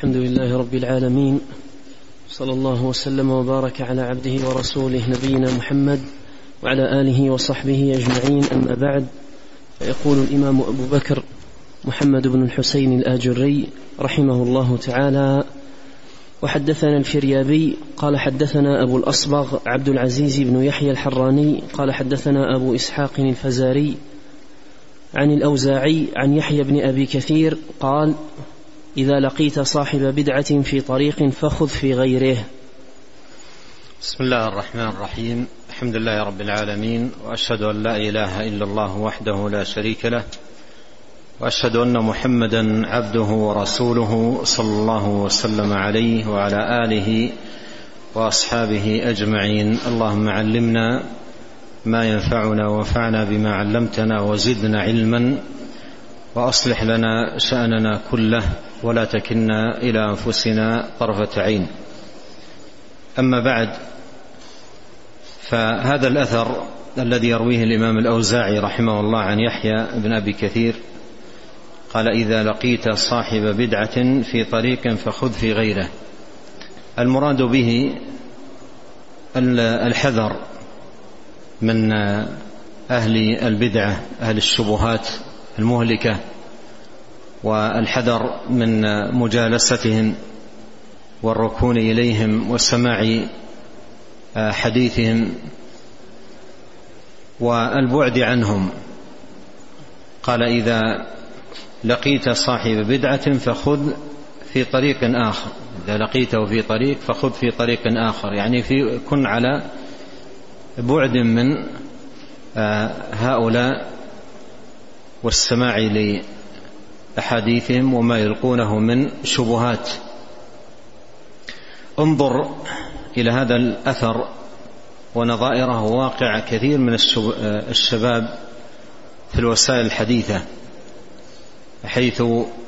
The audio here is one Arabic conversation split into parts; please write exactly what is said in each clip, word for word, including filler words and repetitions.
الحمد لله رب العالمين، صلى الله وسلم وبارك على عبده ورسوله نبينا محمد وعلى آله وصحبه أجمعين، أما بعد. فيقول الإمام أبو بكر محمد بن الحسين الآجري رحمه الله تعالى: وحدثنا الفريابي قال حدثنا أبو الأصبغ عبد العزيز بن يحيى الحراني قال حدثنا أبو إسحاق الفزاري عن الأوزاعي عن يحيى بن أبي كثير قال: إذا لقيت صاحب بدعة في طريق فخذ في غيره. بسم الله الرحمن الرحيم. الحمد لله رب العالمين، وأشهد أن لا إله إلا الله وحده لا شريك له، وأشهد أن محمدا عبده ورسوله صلى الله وسلم عليه وعلى آله وأصحابه أجمعين. اللهم علمنا ما ينفعنا وانفعنا بما علمتنا وزدنا علما، وأصلح لنا شأننا كله ولا تكلنا إلى أنفسنا طرفة عين. أما بعد، فهذا الأثر الذي يرويه الإمام الأوزاعي رحمه الله عن يحيى بن أبي كثير قال: إذا لقيت صاحب بدعة في طريق فخذ في غيره. المراد به الحذر من أهل البدعة، أهل الشبهات المهلكة، والحذر من مجالستهم والركون إليهم وسماع حديثهم والبعد عنهم. قال: إذا لقيت صاحب بدعة فخذ في طريق آخر. إذا لقيته في طريق فخذ في طريق آخر، يعني في كن على بعد من هؤلاء والسماع لأحاديثهم وما يلقونه من شبهات. انظر إلى هذا الأثر ونظائره، واقع كثير من الشباب في الوسائل الحديثة، حيث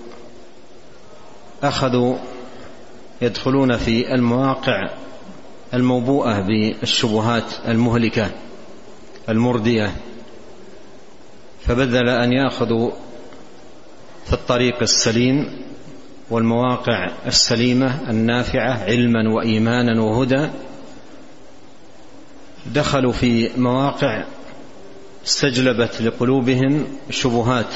أخذوا يدخلون في المواقع الموبوءة بالشبهات المهلكة المردية، فبدل أن يأخذوا في الطريق السليم والمواقع السليمة النافعة علما وإيمانا وهدى، دخلوا في مواقع استجلبت لقلوبهم شبهات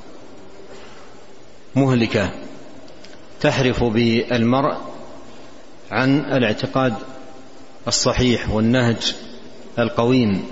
مهلكة تحرف بالمرء عن الاعتقاد الصحيح والنهج القويم.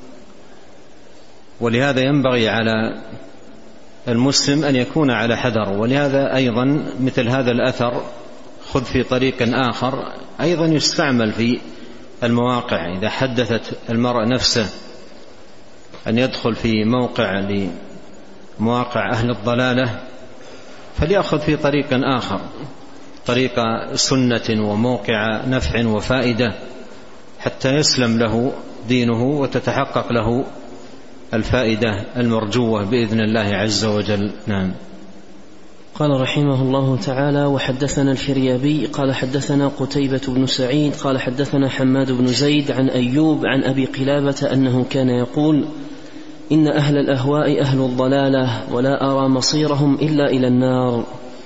ولهذا ينبغي على المسلم أن يكون على حذر. ولهذا أيضا مثل هذا الأثر خذ في طريق آخر أيضا يستعمل في المواقع. إذا حدثت المرء نفسه أن يدخل في موقع لمواقع أهل الضلالة فليأخذ في طريق آخر، طريق سنة وموقع نفع وفائدة، حتى يسلم له دينه وتتحقق له الفائدة المرجوة بإذن الله عز وجل. نعم. قال رحمه الله تعالى: وحدثنا الفريابي قال حدثنا قتيبة بن سعيد قال حدثنا حماد بن زيد عن أيوب عن أبي قلابة أنه كان يقول: إن أهل الأهواء أهل الضلالة ولا أرى مصيرهم إلا إلى النار.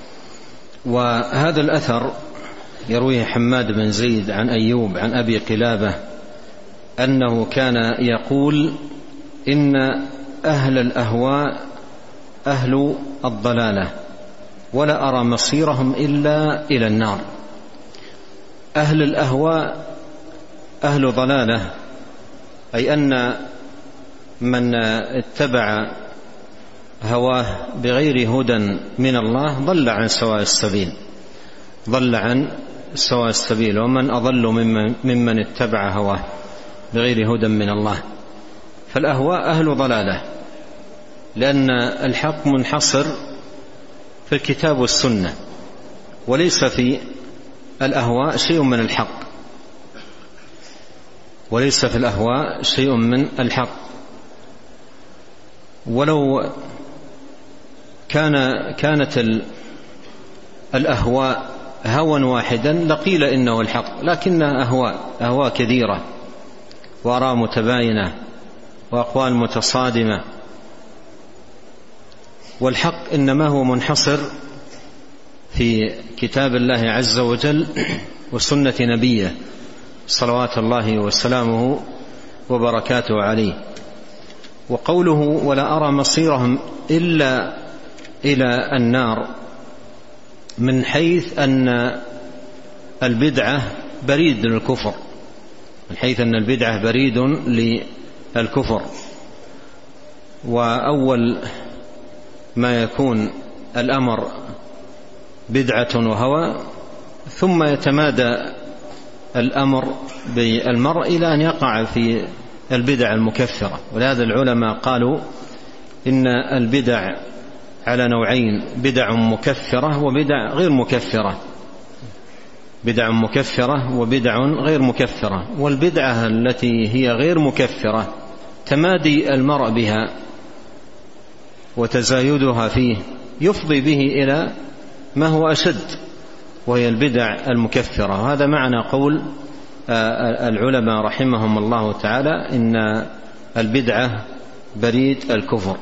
وهذا الأثر يرويه حماد بن زيد عن أيوب عن أبي قلابة أنه كان يقول: إن أهل الأهواء أهل الضلالة ولا أرى مصيرهم إلا إلى النار. أهل الأهواء أهل ضلالة، أي أن من اتبع هواه بغير هدى من الله ضل عن سواء السبيل، ضل عن سواء السبيل. ومن أضل ممن, ممن اتبع هواه بغير هدى من الله. فالأهواء أهل ضلالة، لأن الحق منحصر في الكتاب والسنة، وليس في الأهواء شيء من الحق، وليس في الأهواء شيء من الحق. ولو كان كانت الأهواء هوى واحدا لقيل إنه الحق، لكنها أهواء أهواء كثيرة وآراء متباينة وأقوال في كتاب الله عز وجل وسنة نبيه صلوات الله وسلامه وبركاته عليه. وقوله ولا أرى مصيرهم إلا إلى النار من حيث أن البدعة بريد للكفر، من حيث أن البدعة بريد للكفر. وأول ما يكون الأمر بدعة وهوى ثم يتمادى الأمر بالمرء إلى أن يقع في البدع المكفرة. ولهذا العلماء قالوا إن البدع على نوعين: بدع مكفرة وبدع غير مكفرة، بدع مكفرة وبدع غير مكفرة. والبدعة التي هي غير مكفرة تمادي المرء بها وتزايدها فيه يفضي به إلى ما هو أشد، وهي البدع المكفرة. وهذا معنى قول العلماء رحمهم الله تعالى إن البدعة بريد الكفر.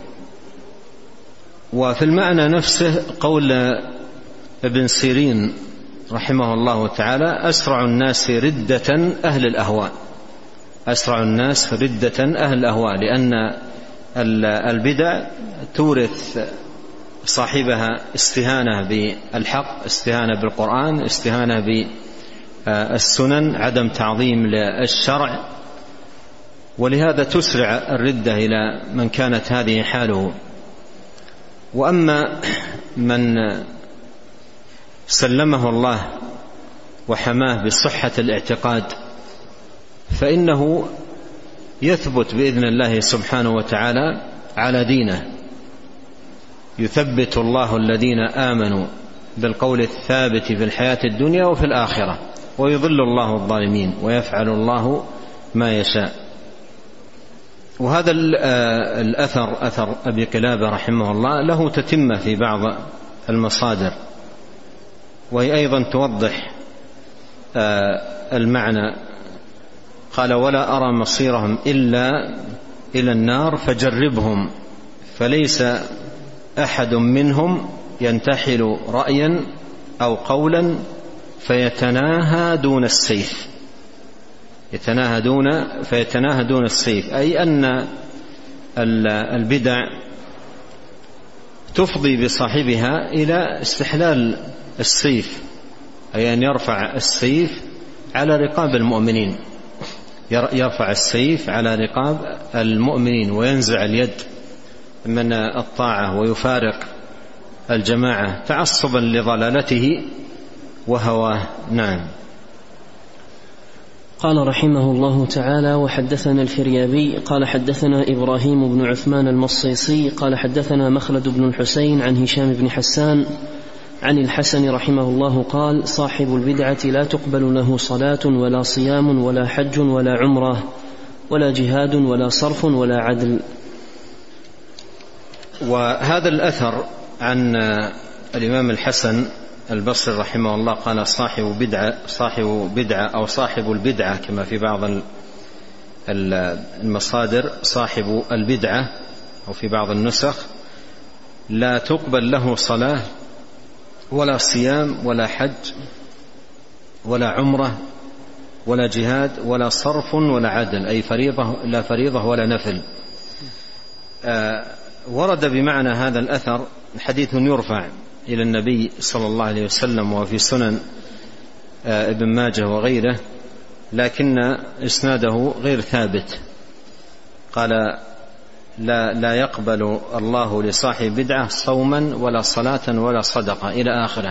وفي المعنى نفسه قول ابن سيرين رحمه الله تعالى: أسرع الناس ردة أهل الأهواء، أسرع الناس ردة أهل الأهواء، لأن البدع تورث صاحبها استهانة بالحق، استهانة بالقرآن، استهانة بالسنن، عدم تعظيم للشرع، ولهذا تسرع الردة إلى من كانت هذه حاله. وأما من سلمه الله وحماه بصحة الاعتقاد فإنه يثبت بإذن الله سبحانه وتعالى على دينه. يثبت الله الذين آمنوا بالقول الثابت في الحياة الدنيا وفي الآخرة، ويضل الله الظالمين، ويفعل الله ما يشاء. وهذا الأثر أثر أبي قلابة رحمه الله له تتمة في بعض المصادر، وهي أيضا توضح المعنى. قال: ولا أرى مصيرهم إلا إلى النار فجربهم، فليس أحد منهم ينتحل رأيا أو قولا فيتناهى دون السيف، يتناهى دون فيتناهى دون السيف، أي أن البدع تفضي بصاحبها إلى استحلال السيف، أي أن يرفع السيف على رقاب المؤمنين، يرفع السيف على رقاب المؤمنين وينزع اليد من الطاعة ويفارق الجماعة تعصبا لضلالته وهواه. نعم. قال رحمه الله تعالى: وحدثنا الفريابي قال حدثنا إبراهيم بن عثمان المصيصي قال حدثنا مخلد بن الحسين عن هشام بن حسان عن الحسن رحمه الله قال: صاحب البدعة لا تقبل له صلاة ولا صيام ولا حج ولا عمرة ولا جهاد ولا صرف ولا عدل. وهذا الأثر عن الإمام الحسن البصري رحمه الله قال: صاحب بدعة صاحب بدعة أو صاحب البدعة، كما في بعض المصادر صاحب البدعة أو في بعض النسخ، لا تقبل له صلاة ولا صيام ولا حج ولا عمرة ولا جهاد ولا صرف ولا عدل، أي فريضة لا فريضة ولا نفل. آه ورد بمعنى هذا الأثر حديث يرفع إلى النبي صلى الله عليه وسلم وفي سنن آه ابن ماجه وغيره، لكن إسناده غير ثابت. قال: لا, لا يقبل الله لصاحب بدعة صوما ولا صلاة ولا صدقة إلى آخره.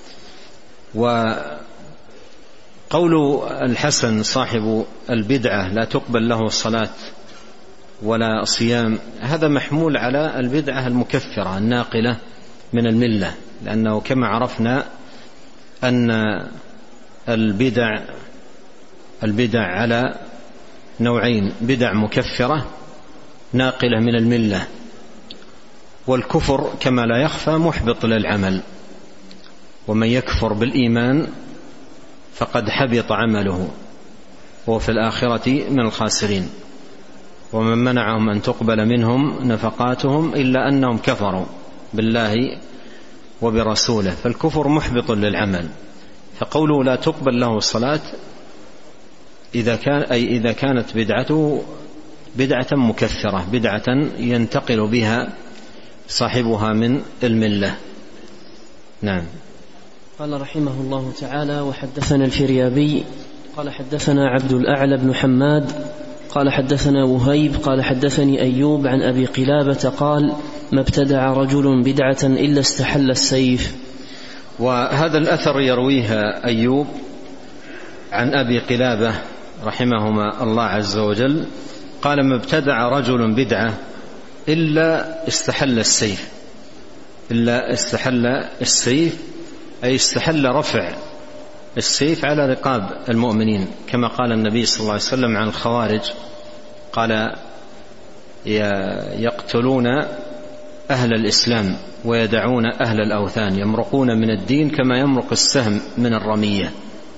وقول الحسن صاحب البدعة لا تقبل له صلاة ولا صيام، هذا محمول على البدعة المكفرة الناقلة من الملة، لأنه كما عرفنا أن البدع البدع على نوعين: بدع مكفرة ناقلة من الملة، والكفر كما لا يخفى محبط للعمل، ومن يكفر بالإيمان فقد حبط عمله وهو في الآخرة من الخاسرين. ومن منعهم أن تقبل منهم نفقاتهم إلا أنهم كفروا بالله وبرسوله، فالكفر محبط للعمل. فقوله لا تقبل له الصلاة إذا كان أي إذا كانت بدعته بدعة مكثرة، بدعة ينتقل بها صاحبها من الملة. نعم. قال رحمه الله تعالى: وحدثنا الفريابي قال حدثنا عبد الأعلى بن حماد قال حدثنا وهيب قال حدثني أيوب عن أبي قلابة قال: ما ابتدع رجل بدعة إلا استحل السيف. وهذا الأثر يرويه أيوب عن أبي قلابة رحمهما الله عز وجل قال: ما ابتدع رجل بدعة إلا استحل السيف. إلا استحل السيف أي استحل رفع السيف على رقاب المؤمنين، كما قال النبي صلى الله عليه وسلم عن الخوارج، قال: يقتلون أهل الإسلام ويدعون أهل الأوثان، يمرقون من الدين كما يمرق السهم من الرمية.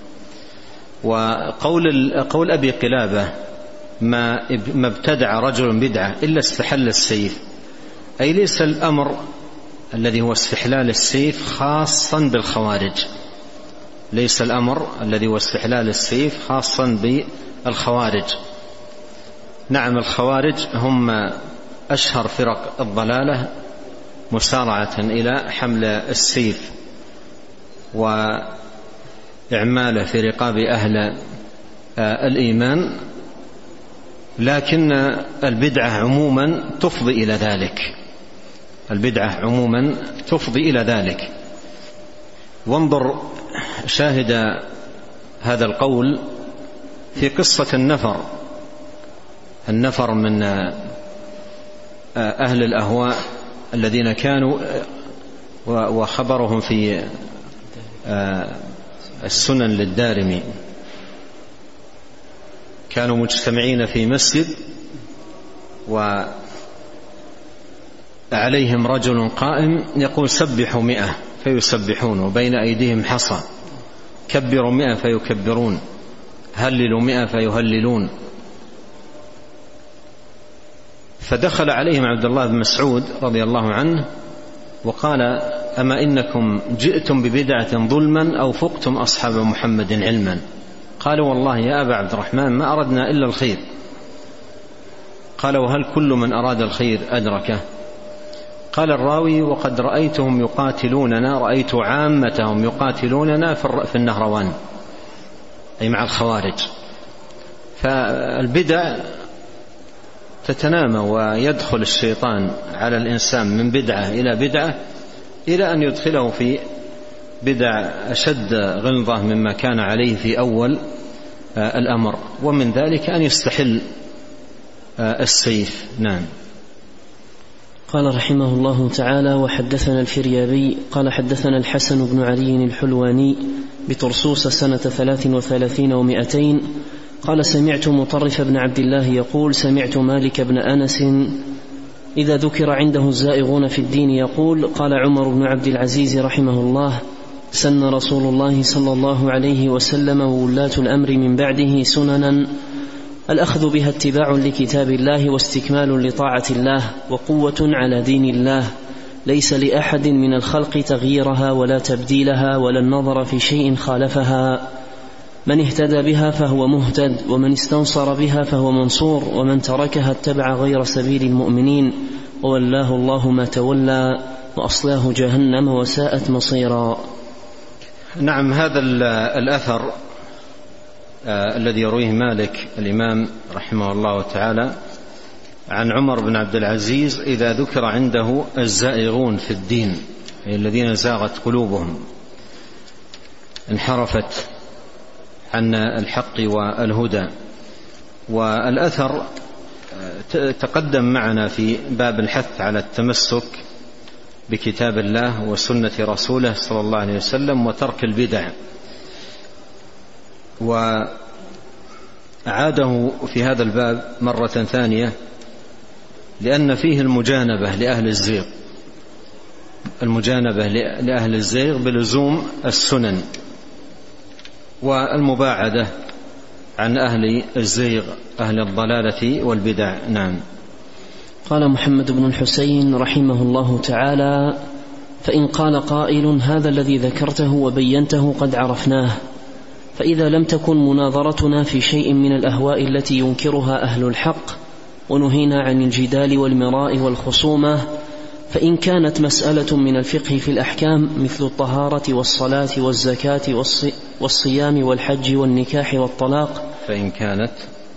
وقول قول أبي قلابة: ما ابتدع رجل بدعة إلا استحل السيف، أي ليس الأمر الذي هو استحلال السيف خاصا بالخوارج، ليس الأمر الذي هو استحلال السيف خاصا بالخوارج. نعم، الخوارج هم أشهر فرق الضلالة مسارعة إلى حمل السيف وإعماله في رقاب أهل الإيمان، لكن البدعة عموما تفضي إلى ذلك، البدعة عموما تفضي إلى ذلك. وانظر شاهد هذا القول في قصة النفر النفر من أهل الأهواء الذين كانوا، وخبرهم في السنن للدارمي، كانوا مجتمعين في مسجد وعليهم رجل قائم يقول: سبحوا مئة فيسبحون، وبين أيديهم حصى، كبروا مئة فيكبرون، هللوا مئة فيهللون. فدخل عليهم عبد الله بن مسعود رضي الله عنه وقال: أما إنكم جئتم ببدعة ظلما أو فقتم أصحاب محمد علما؟ قالوا: والله يا أبا عبد الرحمن ما أردنا إلا الخير. قال: وهل كل من أراد الخير أدركه؟ قال الراوي: وقد رأيتهم يقاتلوننا، رأيت عامتهم يقاتلوننا في النهروان، أي مع الخوارج. فالبدع تتنامى ويدخل الشيطان على الإنسان من بدعة إلى بدعة إلى أن يدخله في بدع أشد غلظة مما كان عليه في أول الأمر، ومن ذلك أن يستحل السيف. نعم. قال رحمه الله تعالى: وحدثنا الفريابي قال حدثنا الحسن بن علي الحلواني بطرسوس سنة ثلاث وثلاثين ومائتين قال: سمعت مطرف بن عبد الله يقول: سمعت مالك بن أنس إذا ذكر عنده الزائغون في الدين يقول: قال عمر بن عبد العزيز رحمه الله: سن رسول الله صلى الله عليه وسلم وولاة الأمر من بعده سننا الأخذ بها اتباع لكتاب الله واستكمال لطاعة الله وقوة على دين الله، ليس لأحد من الخلق تغييرها ولا تبديلها ولا النظر في شيء خالفها. من اهتدى بها فهو مهتد، ومن استنصر بها فهو منصور، ومن تركها اتبع غير سبيل المؤمنين وولاه الله ما تولى وأصلاه جهنم وساءت مصيرا. نعم. هذا الأثر آه الذي يرويه مالك الإمام رحمه الله تعالى عن عمر بن عبد العزيز إذا ذكر عنده الزائغون في الدين، أي الذين زاغت قلوبهم انحرفت عن الحق والهدى. والأثر تقدم معنا في باب الحث على التمسك بكتاب الله وسنة رسوله صلى الله عليه وسلم وترك البدع، وأعاده في هذا الباب مرة ثانية لأن فيه المجانبة لأهل الزيغ، المجانبة لأهل الزيغ بلزوم السنن والمباعدة عن أهل الزيغ أهل الضلالة والبدع. نعم. قال محمد بن الحسين رحمه الله تعالى: فإن قال قائل هذا الذي ذكرته وبينته قد عرفناه، فإذا لم تكن مناظرتنا في شيء من الأهواء التي ينكرها أهل الحق ونهينا عن الجدال والمراء والخصومة، فإن كانت مسألة من الفقه في الأحكام مثل الطهارة والصلاة والزكاة والصيام والحج والنكاح والطلاق فإن كانت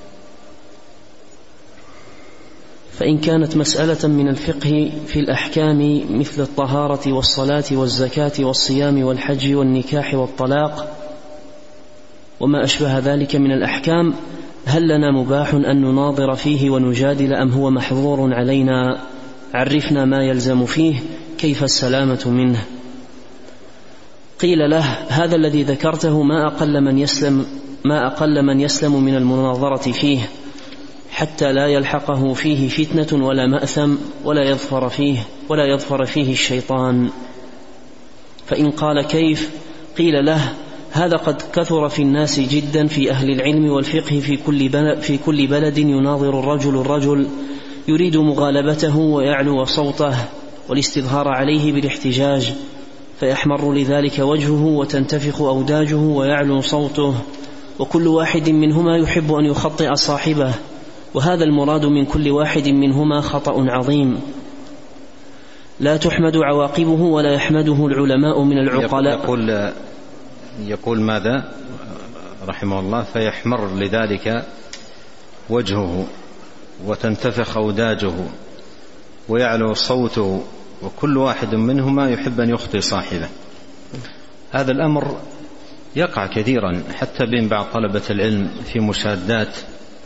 فإن كانت مسألة من الفقه في الأحكام مثل الطهارة والصلاة والزكاة والصيام والحج والنكاح والطلاق وما أشبه ذلك من الأحكام، هل لنا مباح أن نناظر فيه ونجادل أم هو محظور علينا؟ عرفنا ما يلزم فيه، كيف السلامة منه؟ قيل له هذا الذي ذكرته ما أقل من يسلم ما أقل من يسلم من المناظرة فيه حتى لا يلحقه فيه فتنة ولا مأثم ولا يظفر فيه ولا يظفر فيه الشيطان. فإن قال كيف؟ قيل له هذا قد كثر في الناس جدا في أهل العلم والفقه في كل بلد, في كل بلد يناظر الرجل الرجل يريد مغالبته ويعلو صوته والاستظهار عليه بالاحتجاج، فيحمر لذلك وجهه وتنتفخ أوداجه ويعلو صوته، وكل واحد منهما يحب أن يخطئ صاحبه، وهذا المراد من كل واحد منهما خطأ عظيم لا تحمد عواقبه ولا يحمده العلماء من العقلاء. يقول, يقول ماذا رحمه الله؟ فيحمر لذلك وجهه وتنتفخ أوداجه ويعلو صوته، وكل واحد منهما يحب أن يخطئ صاحبه. هذا الأمر يقع كثيرا حتى بين بعض طلبة العلم في مشادات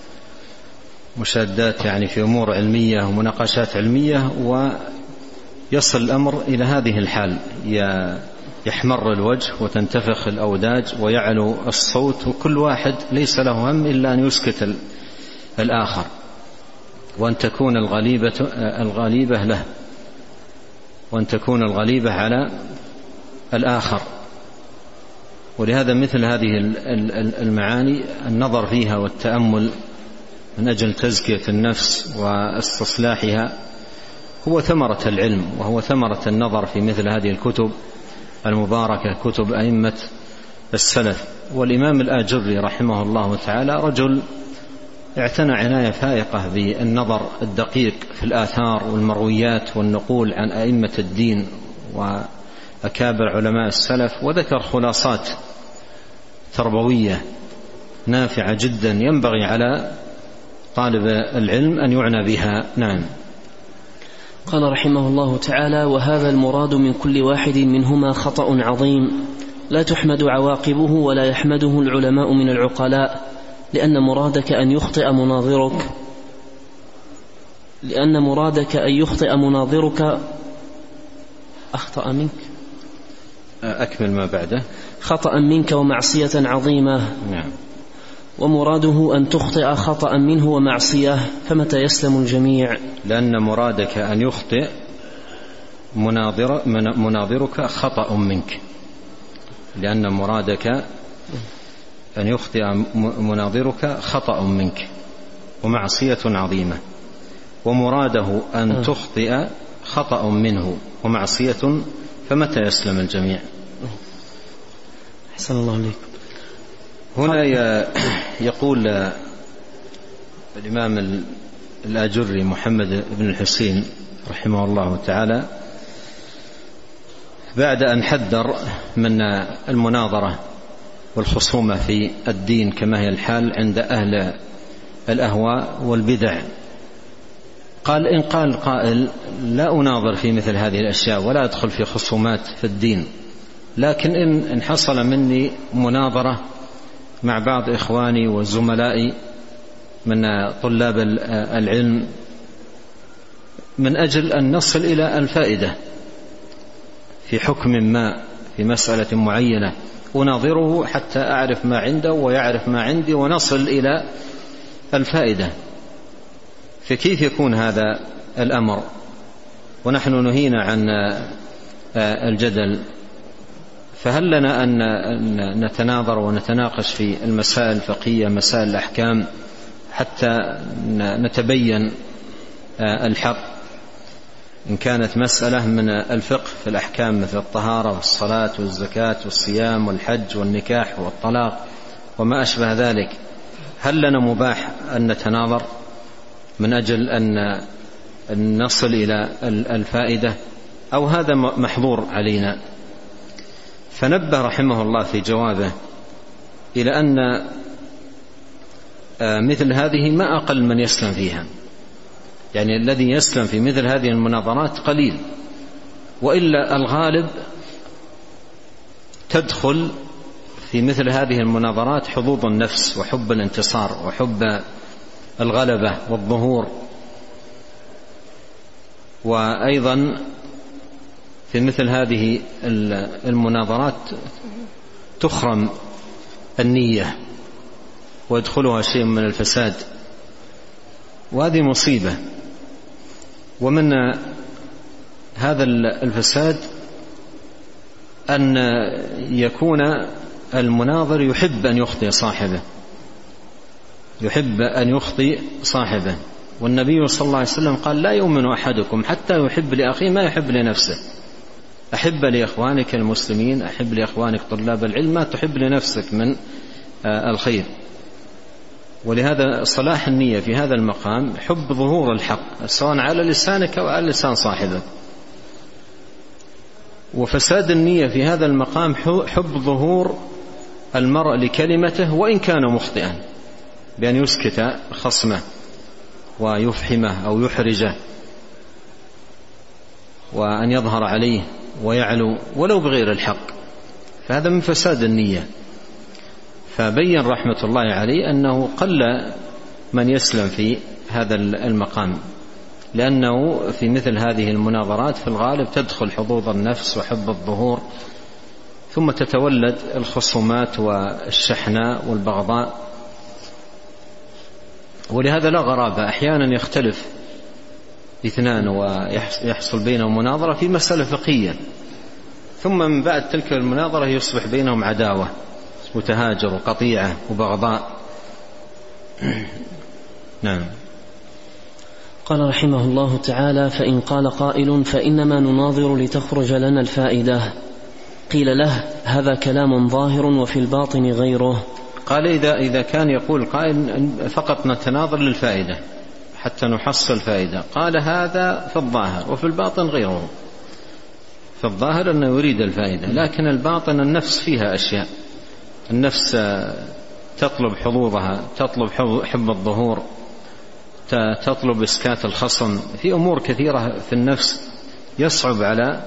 مشادات يعني في أمور علمية ومناقشات علمية، ويصل الأمر إلى هذه الحال، يحمر الوجه وتنتفخ الأوداج ويعلو الصوت، وكل واحد ليس له هم إلا أن يسكت الآخر وأن تكون الغليبة, الغليبة له وأن تكون الغليبة على الآخر. ولهذا مثل هذه المعاني النظر فيها والتأمل من أجل تزكية النفس واستصلاحها هو ثمرة العلم، وهو ثمرة النظر في مثل هذه الكتب المباركة، كتب أئمة السلف. والإمام الآجري رحمه الله تعالى رجل اعتنى عناية فائقة بالنظر الدقيق في الآثار والمرويات والنقول عن أئمة الدين وأكابر علماء السلف، وذكر خلاصات تربوية نافعة جدا ينبغي على طالب العلم أن يعنى بها. نعم. قال رحمه الله تعالى: وهذا المراد من كل واحد منهما خطأ عظيم لا تحمد عواقبه ولا يحمده العلماء من العقلاء، لأن مرادك أن يخطئ مناظرك لأن مرادك أن يخطئ مناظرك أخطأ منك أكمل ما بعده خطأ منك ومعصية عظيمة. نعم. ومراده أن تخطئ خطأ منه ومعصية، فمتى يسلم الجميع؟ لأن مرادك أن يخطئ مناظر مناظرك خطأ منك، لأن مرادك أن يخطئ مناظرك خطأ منك ومعصية عظيمة، ومراده أن تخطئ خطأ منه ومعصية، فمتى يسلم الجميع؟ أحسن الله عليك. هنا يقول الإمام الآجري محمد بن الحسين رحمه الله تعالى بعد أن حذر من المناظرة والخصومة في الدين كما هي الحال عند أهل الأهواء والبدع، قال: إن قال قائل لا أناظر في مثل هذه الأشياء ولا أدخل في خصومات في الدين، لكن إن حصل مني مناظرة مع بعض إخواني وزملائي من طلاب العلم من أجل أن نصل إلى الفائدة في حكم ما في مسألة معينة، أناظره حتى أعرف ما عنده ويعرف ما عندي ونصل إلى الفائدة، فكيف يكون هذا الأمر ونحن نهينا عن الجدل؟ فهل لنا أن نتناظر ونتناقش في المسائل الفقهية مسائل الأحكام حتى نتبين الحق؟ إن كانت مسألة من الفقه في الأحكام مثل الطهارة والصلاة والزكاة والصيام والحج والنكاح والطلاق وما أشبه ذلك، هل لنا مباح أن نتناظر من أجل أن نصل إلى الفائدة، أو هذا محظور علينا؟ فنبه رحمه الله في جوابه إلى أن مثل هذه ما أقل من يسلم فيها، يعني الذي يسلم في مثل هذه المناظرات قليل، وإلا الغالب تدخل في مثل هذه المناظرات حظوظ النفس وحب الانتصار وحب الغلبة والظهور. وأيضا في مثل هذه المناظرات تخرم النية ويدخلها شيء من الفساد، وهذه مصيبة. ومن هذا الفساد أن يكون المناظر يحب أن يخطئ صاحبه، يحب أن يخطئ صاحبه والنبي صلى الله عليه وسلم قال: لا يؤمن أحدكم حتى يحب لأخيه ما يحب لنفسه. أحب لإخوانك المسلمين، أحب لإخوانك طلاب العلم ما تحب لنفسك من الخير. ولهذا صلاح النية في هذا المقام حب ظهور الحق سواء على لسانك أو على لسان صاحبك، وفساد النية في هذا المقام حب ظهور المرء لكلمته وإن كان مخطئا، بأن يسكت خصمه ويفحمه أو يحرجه وأن يظهر عليه ويعلو ولو بغير الحق، فهذا من فساد النية. فبين رحمة الله عليه أنه قل من يسلم في هذا المقام، لأنه في مثل هذه المناظرات في الغالب تدخل حظوظ النفس وحب الظهور، ثم تتولد الخصومات والشحناء والبغضاء. ولهذا لا غرابة أحيانا يختلف اثنان ويحصل بينهم مناظرة في مسألة فقهية، ثم من بعد تلك المناظرة يصبح بينهم عداوة وتهاجر وقطيعة وبغضاء. نعم. قال رحمه الله تعالى: فإن قال قائل: فإنما نناظر لتخرج لنا الفائدة، قيل له: هذا كلام ظاهر وفي الباطن غيره. قال: إذا, إذا كان يقول قائل فقط نتناظر للفائدة حتى نحصل فائدة، قال: هذا في الظاهر وفي الباطن غيره. في الظاهر أنه يريد الفائدة، لكن الباطن النفس فيها أشياء، النفس تطلب حظوظها، تطلب حب الظهور، تطلب إسكات الخصم، في أمور كثيرة في النفس يصعب على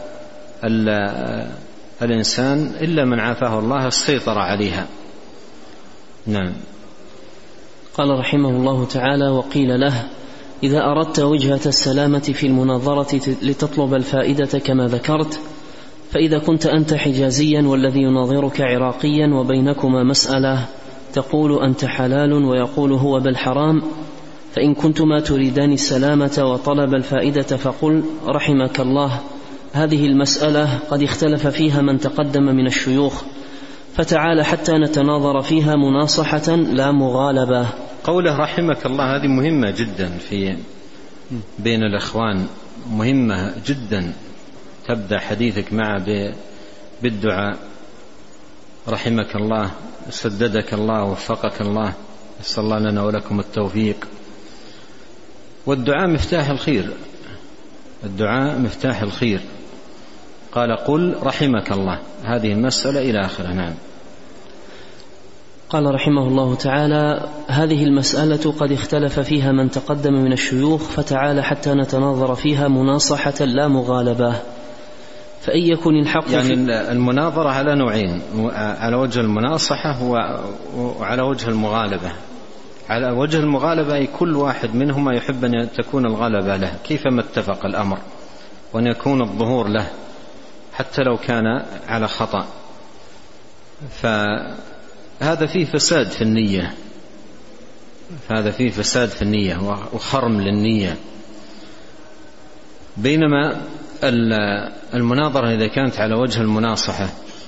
الإنسان إلا من عافاه الله السيطرة عليها. نعم. قال رحمه الله تعالى: وقيل له: إذا أردت وجهة السلامة في المناظرة لتطلب الفائدة كما ذكرت، فإذا كنت أنت حجازيا والذي يناظرك عراقيا وبينكما مسألة تقول أنت حلال ويقول هو بل حرام، فإن كنتما تريدان السلامة وطلب الفائدة فقل: رحمك الله، هذه المسألة قد اختلف فيها من تقدم من الشيوخ، فتعال حتى نتناظر فيها مناصحة لا مغالبة. قوله رحمك الله هذه مهمة جدا في بين الإخوان، مهمة جدا. تبدأ حديثك معه بالدعاء: رحمك الله، سددك الله، وفقك الله، نسأل الله لنا ولكم التوفيق. والدعاء مفتاح الخير، الدعاء مفتاح الخير. قال: قل رحمك الله، هذه المسألة إلى آخره. نعم. قال رحمه الله تعالى: هذه المسألة قد اختلف فيها من تقدم من الشيوخ، فتعال حتى نتناظر فيها مناصحة لا مغالبة. فإن يكن الحق يعني المناظرة على نوعين: على وجه المناصحة وعلى وجه المغالبة. على وجه المغالبة أي كل واحد منهما يحب أن تكون الغلبة له كيفما اتفق الأمر، وأن يكون الظهور له حتى لو كان على خطأ. فهذا فيه فساد في النية، فهذا فيه فساد في النية وخرم للنية. بينما المناظرة إذا كانت على وجه المناصحة،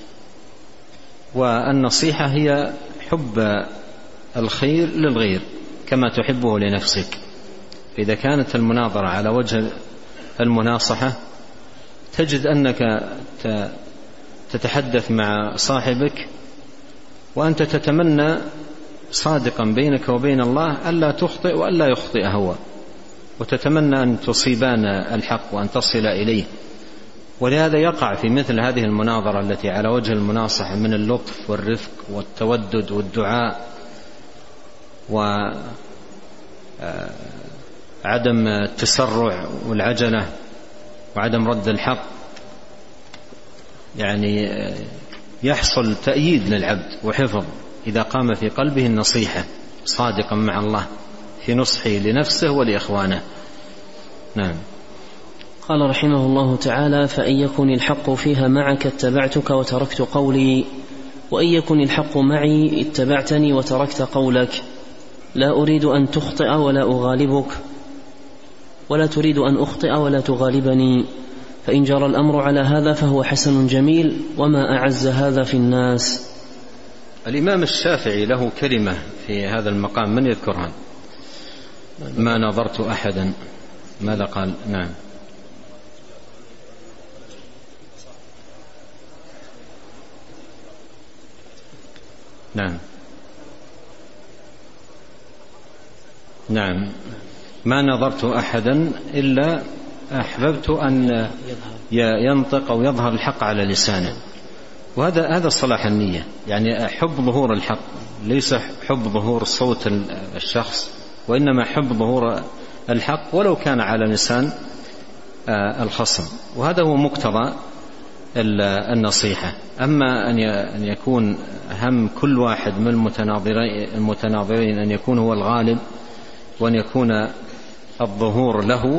والنصيحة هي حب الخير للغير كما تحبه لنفسك. إذا كانت المناظرة على وجه المناصحة تجد أنك تتحدث مع صاحبك وأنت تتمنى صادقا بينك وبين الله ألا تخطئ وألا يخطئ هو، وتتمنى أن تصيبان الحق وأن تصل إليه. ولهذا يقع في مثل هذه المناظرة التي على وجه المناصحة من اللطف والرفق والتودد والدعاء وعدم التسرع والعجلة وعدم رد الحق، يعني يحصل تأييد للعبد وحفظ إذا قام في قلبه النصيحة صادقا مع الله في نصحه لنفسه ولإخوانه. نعم. قال رحمه الله تعالى: فإن يكن الحق فيها معك اتبعتك وتركت قولي، وإن يكن الحق معي اتبعتني وتركت قولك. لا أريد أن تخطئ ولا أغالبك، ولا تريد أن أخطئ ولا تغالبني، فإن جرى الأمر على هذا فهو حسن جميل، وما أعز هذا في الناس. الإمام الشافعي له كلمة في هذا المقام، من يذكرها؟ ما نظرت أحدا، ماذا قال؟ نعم. نعم نعم ما نظرت أحدا إلا أحببت أن ينطق أو يظهر الحق على لسانه. وهذا هذا صلاح النية، يعني حب ظهور الحق، ليس حب ظهور صوت الشخص، وإنما حب ظهور الحق ولو كان على لسان الخصم. وهذا هو مقتضى النصيحة. أما أن يكون هم كل واحد من المتناظرين أن يكون هو الغالب وأن يكون الظهور له،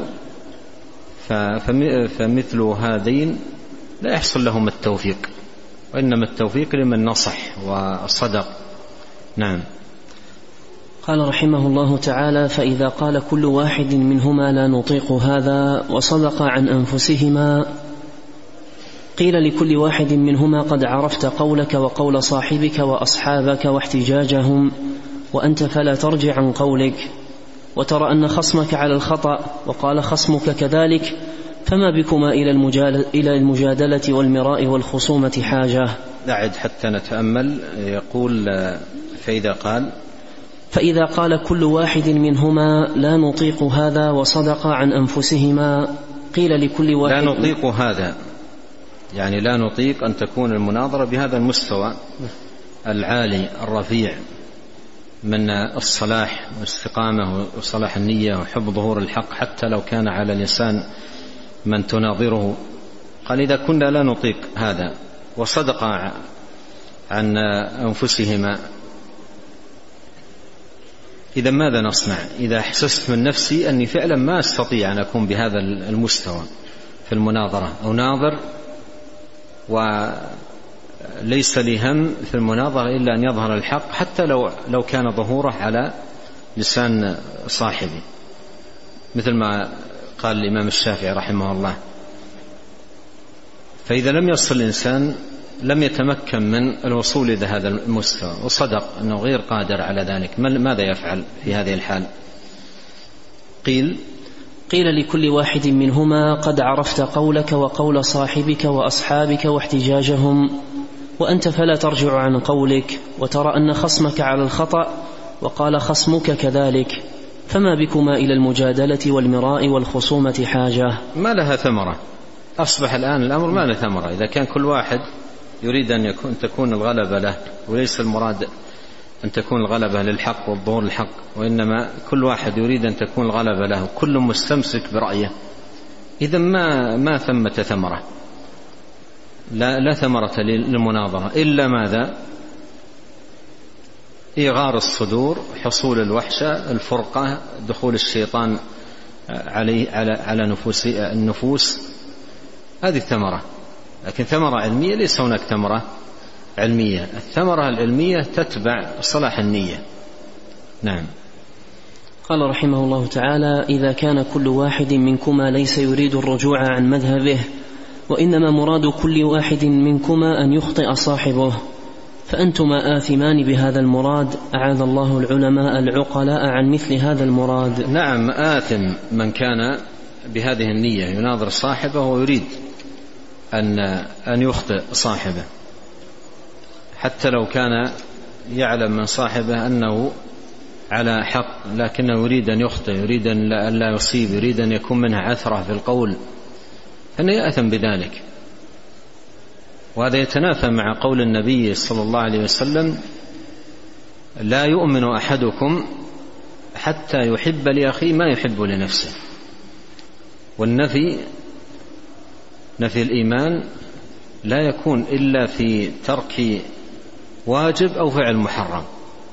فمثل هذين لا يحصل لهم التوفيق، وإنما التوفيق لمن نصح وصدق. نعم. قال رحمه الله تعالى: فإذا قال كل واحد منهما لا نطيق هذا وصدق عن أنفسهما، قيل لكل واحد منهما قد عرفت قولك وقول صاحبك وأصحابك واحتجاجهم، وأنت فلا ترجع عن قولك، وترى أن خصمك على الخطأ وقال خصمك كذلك، فما بكما إلى المجادلة والمراء والخصومة حاجة. نعد حتى نتأمل. يقول: فإذا قال فإذا قال كل واحد منهما لا نطيق هذا وصدق عن أنفسهما، قيل لكل واحد لا نطيق هذا، يعني لا نطيق أن تكون المناظرة بهذا المستوى العالي الرفيع من الصلاح والاستقامة وصلاح النية وحب ظهور الحق حتى لو كان على لسان من تناظره. قال: إذا كنا لا نطيق هذا وصدق عن أنفسهما، إذا ماذا نصنع؟ إذا أحسست من نفسي أني فعلا ما أستطيع أن أكون بهذا المستوى في المناظرة، أو ناظر وليس لي هم في المناظرة إلا أن يظهر الحق حتى لو, لو كان ظهوره على لسان صاحبي، مثل ما قال الإمام الشافعي رحمه الله. فإذا لم يصل الإنسان لم يتمكن من الوصول إلى هذا المستوى وصدق أنه غير قادر على ذلك، ماذا يفعل في هذه الحال؟ قيل قيل لكل واحد منهما قد عرفت قولك وقول صاحبك وأصحابك واحتجاجهم، وأنت فلا ترجع عن قولك، وترى أن خصمك على الخطأ وقال خصمك كذلك، فما بكما إلى المجادلة والمراء والخصومة حاجة. ما لها ثمرة. أصبح الآن الأمر ما له ثمرة. إذا كان كل واحد يريد أن يكون تكون الغلبة له، وليس المراد أن تكون الغلبة للحق والظهور الحق، وإنما كل واحد يريد أن تكون الغلبة له، كل مستمسك برأيه، إذا ما ما ثمة ثمرة، لا لا ثمرة للمناظرة إلا ماذا؟ إغار الصدور، حصول الوحشة، الفرقة، دخول الشيطان علي على على نفوس النفوس، هذه الثمرة. لكن ثمرة علمية ليس هناك ثمرة علمية. الثمرة العلمية تتبع صلاح النية. نعم. قال رحمه الله تعالى: إذا كان كل واحد منكما ليس يريد الرجوع عن مذهبه، وإنما مراد كل واحد منكما أن يخطئ صاحبه، فأنتما آثمان بهذا المراد، أعاذ الله العلماء العقلاء عن مثل هذا المراد. نعم، آثم من كان بهذه النية يناظر صاحبه ويريد أن أن يخطئ صاحبه، حتى لو كان يعلم من صاحبه أنه على حق، لكنه يريد أن يخطئ، يريد أن لا يصيب، يريد أن يكون منها عثرة في القول، فإنه يأثم بذلك. وهذا يتنافى مع قول النبي صلى الله عليه وسلم: لا يؤمن أحدكم حتى يحب لأخيه ما يحب لنفسه. والنفي، نفي الإيمان، لا يكون إلا في ترك واجب أو فعل محرم.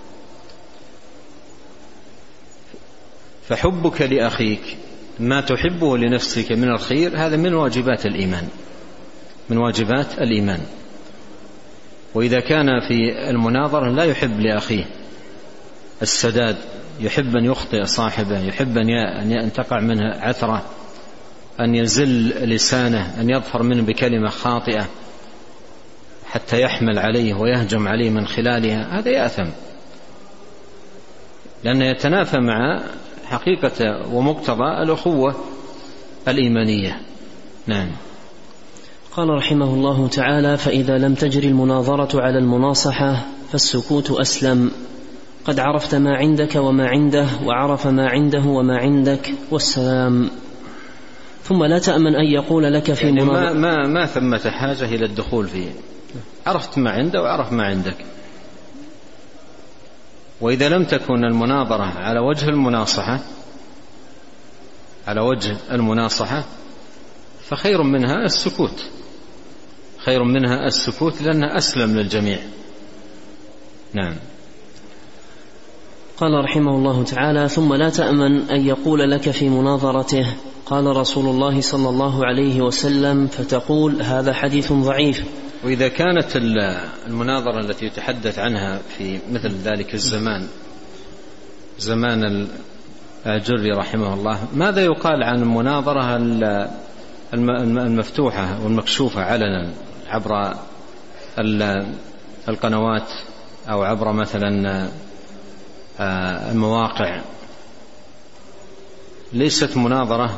فحبك لأخيك ما تحبه لنفسك من الخير هذا من واجبات الإيمان، من واجبات الإيمان. وإذا كان في المناظرة لا يحب لأخيه السداد، يحب أن يخطئ صاحبه، يحب أن تقع منه عثرة، أن يزل لسانه، أن يظفر منه بكلمة خاطئة حتى يحمل عليه ويهجم عليه من خلالها، هذا يأثم، لأنه يتنافى مع حقيقة ومقتضى الأخوة الإيمانية. نعم. قال رحمه الله تعالى: فإذا لم تجري المناظرة على المناصحة فالسكوت أسلم، قد عرفت ما عندك وما عنده، وعرف ما عنده وما عندك، والسلام. ثم لا تأمن أن يقول لك في يعني مناظرة ما, ما, ما ثمة حاجة إلى الدخول فيه، عرفت ما عنده وعرف ما عندك. وإذا لم تكن المناظرة على وجه المناصحة على وجه المناصحة فخير منها السكوت، خير منها السكوت لأنها أسلم للجميع. نعم. قال رحمه الله تعالى: ثم لا تأمن أن يقول لك في مناظرته: قال رسول الله صلى الله عليه وسلم، فتقول هذا حديث ضعيف. وإذا كانت المناظرة التي يتحدث عنها في مثل ذلك الزمان، زمان الجري رحمه الله، ماذا يقال عن المناظرة المفتوحة والمكشوفة علنا عبر القنوات أو عبر مثلا المواقع؟ ليست مناظرة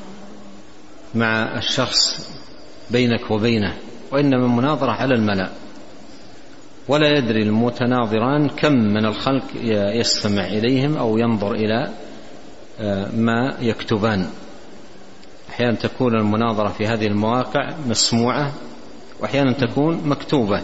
مع الشخص بينك وبينه، وإنما مناظرة على الملأ، ولا يدري المتناظران كم من الخلق يستمع إليهم أو ينظر إلى ما يكتبان. أحيانا تكون المناظرة في هذه المواقع مسموعة، وأحيانا تكون مكتوبة.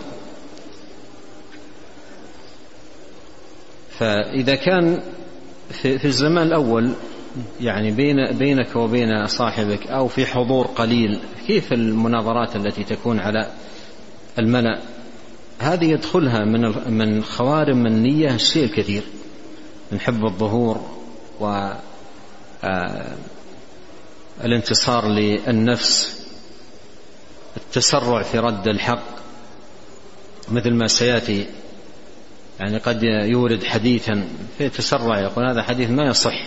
فإذا كان في الزمان الأول يعني بين بينك وبين صاحبك أو في حضور قليل، كيف المناظرات التي تكون على الملأ؟ هذه يدخلها من من خوارم النية الشيء الكثير، من حب الظهور والانتصار للنفس، التسرع في رد الحق، مثل ما سيأتي. يعني قد يورد حديثا في تسرع، يقول هذا حديث ما يصح،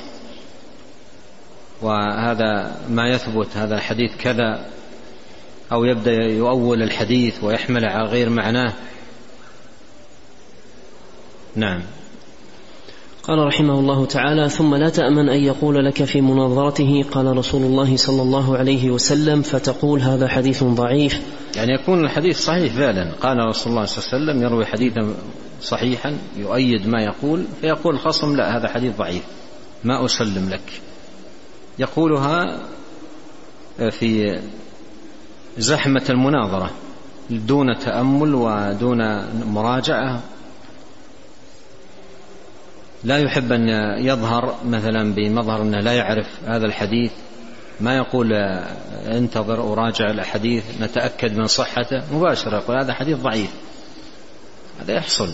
وهذا ما يثبت، هذا الحديث كذا، أو يبدأ يؤول الحديث ويحمل على غير معناه. نعم. قال رحمه الله تعالى: ثم لا تأمن أن يقول لك في مناظرته قال رسول الله صلى الله عليه وسلم، فتقول هذا حديث ضعيف. يعني يكون الحديث صحيح فعلا، قال رسول الله صلى الله عليه وسلم، يروي حديثا صحيحا يؤيد ما يقول، فيقول الخصم لا هذا حديث ضعيف ما أسلم لك. يقولها في زحمة المناظرة دون تأمل ودون مراجعة، لا يحب أن يظهر مثلا بمظهر أنه لا يعرف هذا الحديث، ما يقول انتظر وراجع الحديث نتأكد من صحته، مباشرة يقول هذا حديث ضعيف. هذا يحصل.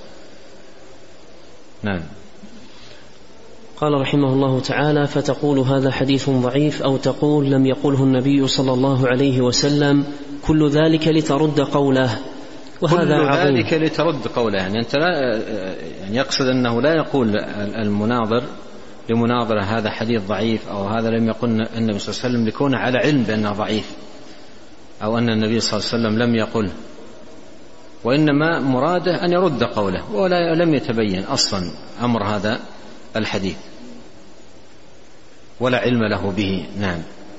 نعم. قال رحمه الله تعالى: فتقول هذا حديث ضعيف، أو تقول لم يقله النبي صلى الله عليه وسلم، كل ذلك لترد قوله. وهذا كل عظيم. ذلك لترد قوله، يعني أنت لا يعني يقصد أنه لا يقول المناظر لمناظرة هذا حديث ضعيف، أو هذا لم يقل النبي صلى الله عليه وسلم لكونه على علم بأنه ضعيف، أو أن النبي صلى الله عليه وسلم لم يقل، وإنما مراده أن يرد قوله، ولا لم يتبين أصلا أمر هذا الحديث ولا علم له به. نعم.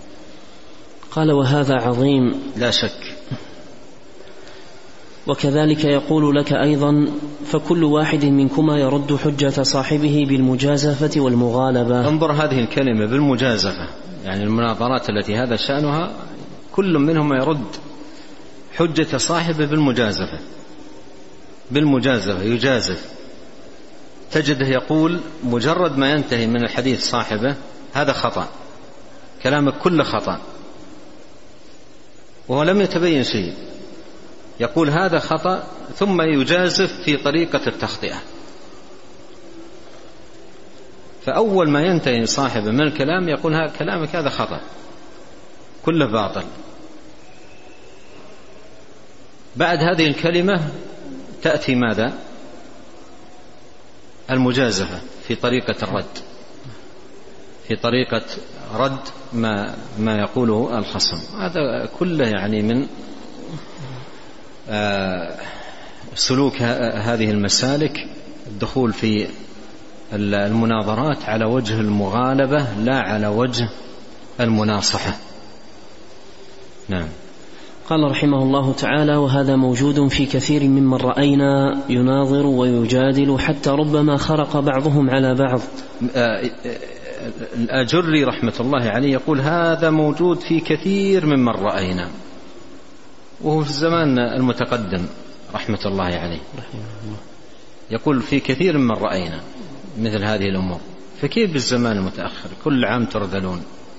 قال: وهذا عظيم لا شك. وكذلك يقول لك أيضا: فكل واحد منكما يرد حجة صاحبه بالمجازفة والمغالبة. انظر هذه الكلمة بالمجازفة، يعني المناظرات التي هذا شأنها كل منهما يرد حجة صاحبه بالمجازفة بالمجازفة يجازف. تجده يقول مجرد ما ينتهي من الحديث صاحبه: هذا خطأ، كلامك كله خطأ، وهو لم يتبين شيء، يقول هذا خطأ، ثم يجازف في طريقة التخطئة. فأول ما ينتهي صاحبه من الكلام يقول هذا كلامك هذا خطأ، كله باطل. بعد هذه الكلمة تأتي ماذا؟ المجازفة في طريقة الرد، في طريقة رد ما ما يقوله الخصم. هذا كله يعني من سلوك هذه المسالك، الدخول في المناظرات على وجه المغالبة لا على وجه المناصحة. نعم. قال رحمه الله تعالى: وهذا موجود في كثير ممن رأينا يناظر ويجادل حتى ربما خرق بعضهم على بعض. الأجري رحمة الله عليه يقول هذا موجود في كثير ممن رأينا، وهو في الزمان المتقدم رحمة الله عليه، يقول في كثير ممن رأينا مثل هذه الأمور، فكيف بالزمان المتأخر كل عام ترذلون؟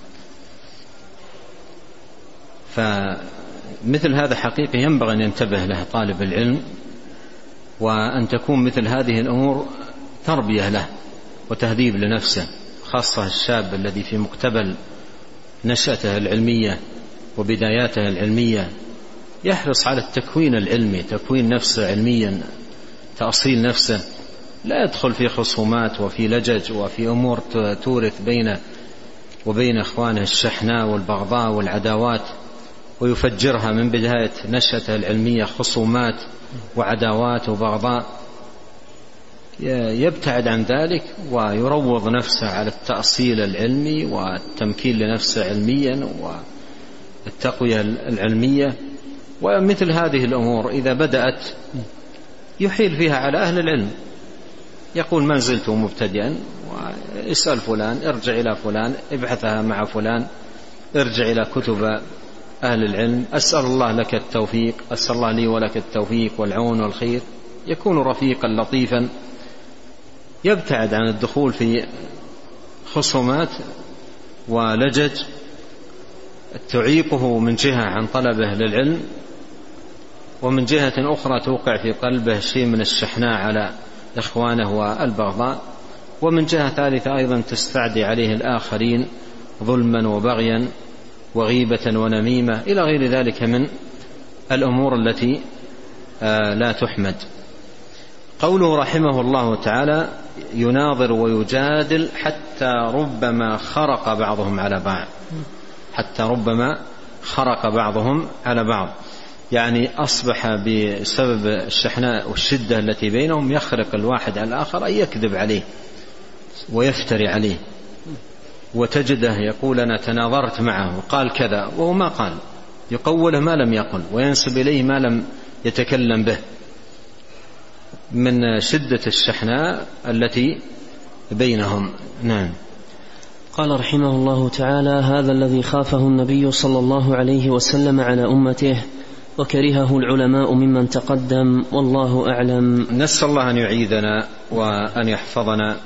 فمثل هذا حقيقة ينبغي أن ينتبه له طالب العلم، وأن تكون مثل هذه الأمور تربية له وتهذيب لنفسه، خاصة الشاب الذي في مقتبل نشأته العلمية وبداياته العلمية، يحرص على التكوين العلمي، تكوين نفسه علميا، تأصيل نفسه، لا يدخل في خصومات وفي لجج وفي أمور تورث بين وبين إخوانه الشحناء والبغضاء والعداوات، ويفجرها من بداية نشأته العلمية خصومات وعداوات وبغضاء. يبتعد عن ذلك ويروض نفسه على التأصيل العلمي والتمكين لنفسه علميا والتقوية العلمية. ومثل هذه الأمور إذا بدأت يحيل فيها على أهل العلم، يقول ما زلت مبتدئا، واسأل فلان، ارجع إلى فلان، ابحثها مع فلان، ارجع إلى كتب أهل العلم، أسأل الله لك التوفيق، أسأل الله لي ولك التوفيق والعون والخير. يكون رفيقا لطيفا، يبتعد عن الدخول في خصومات ولجج تعيقه من جهة عن طلبه للعلم، ومن جهة أخرى توقع في قلبه شيء من الشحناء على إخوانه والبغضاء، ومن جهة ثالثة أيضا تستعدي عليه الآخرين ظلما وبغيا وغيبة ونميمة إلى غير ذلك من الأمور التي لا تحمد. قوله رحمه الله تعالى: يناظر ويجادل حتى ربما خرق بعضهم على بعض، حتى ربما خرق بعضهم على بعض، يعني أصبح بسبب الشحناء والشدة التي بينهم يخرق الواحد على الآخر، أي يكذب عليه ويفتري عليه، وتجده يقول أنا تناظرت معه وقال كذا وهو ما قال، يقوله ما لم يقل وينسب إليه ما لم يتكلم به، من شدة الشحناء التي بينهم. نعم. قال رحمه الله تعالى: هذا الذي خافه النبي صلى الله عليه وسلم على أمته وكرهه العلماء ممن تقدم، والله أعلم. نسأل الله أن يعيذنا وأن يحفظنا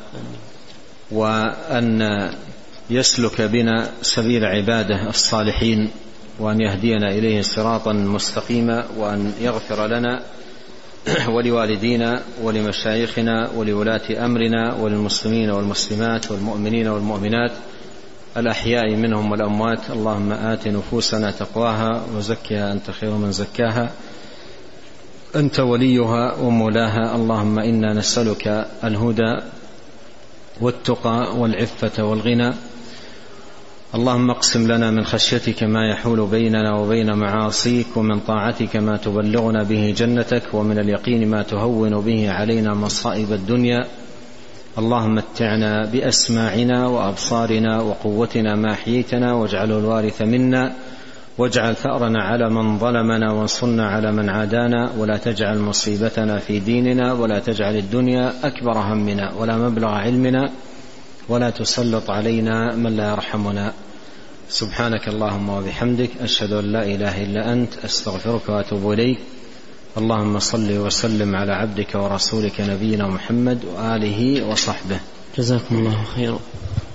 وأن يسلك بنا سبيل عباده الصالحين، وأن يهدينا إليه صراطا مستقيما، وأن يغفر لنا ولوالدينا ولمشايخنا ولولاة أمرنا وللمسلمين والمسلمات والمؤمنين والمؤمنات الأحياء منهم والأموات. اللهم آت نفوسنا تقواها وزكها أنت خير من زكاها، أنت وليها ومولاها. اللهم إنا نسألك الهدى والتقى والعفة والغنى. اللهم اقسم لنا من خشيتك ما يحول بيننا وبين معاصيك، ومن طاعتك ما تبلغنا به جنتك، ومن اليقين ما تهون به علينا مصائب الدنيا. اللهم متعنا بأسماعنا وأبصارنا وقوتنا ما أحييتنا، واجعله الوارث منا، واجعل ثأرنا على من ظلمنا وانصرنا على من عادانا ولا تجعل مصيبتنا في ديننا ولا تجعل الدنيا أكبر همنا ولا مبلغ علمنا ولا تسلط علينا من لا يرحمنا. سبحانك اللهم وبحمدك أشهد أن لا إله إلا أنت أستغفرك وأتوب إليك. اللهم صل وسلم على عبدك ورسولك نبينا محمد وآله وصحبه. جزاكم الله خيرا.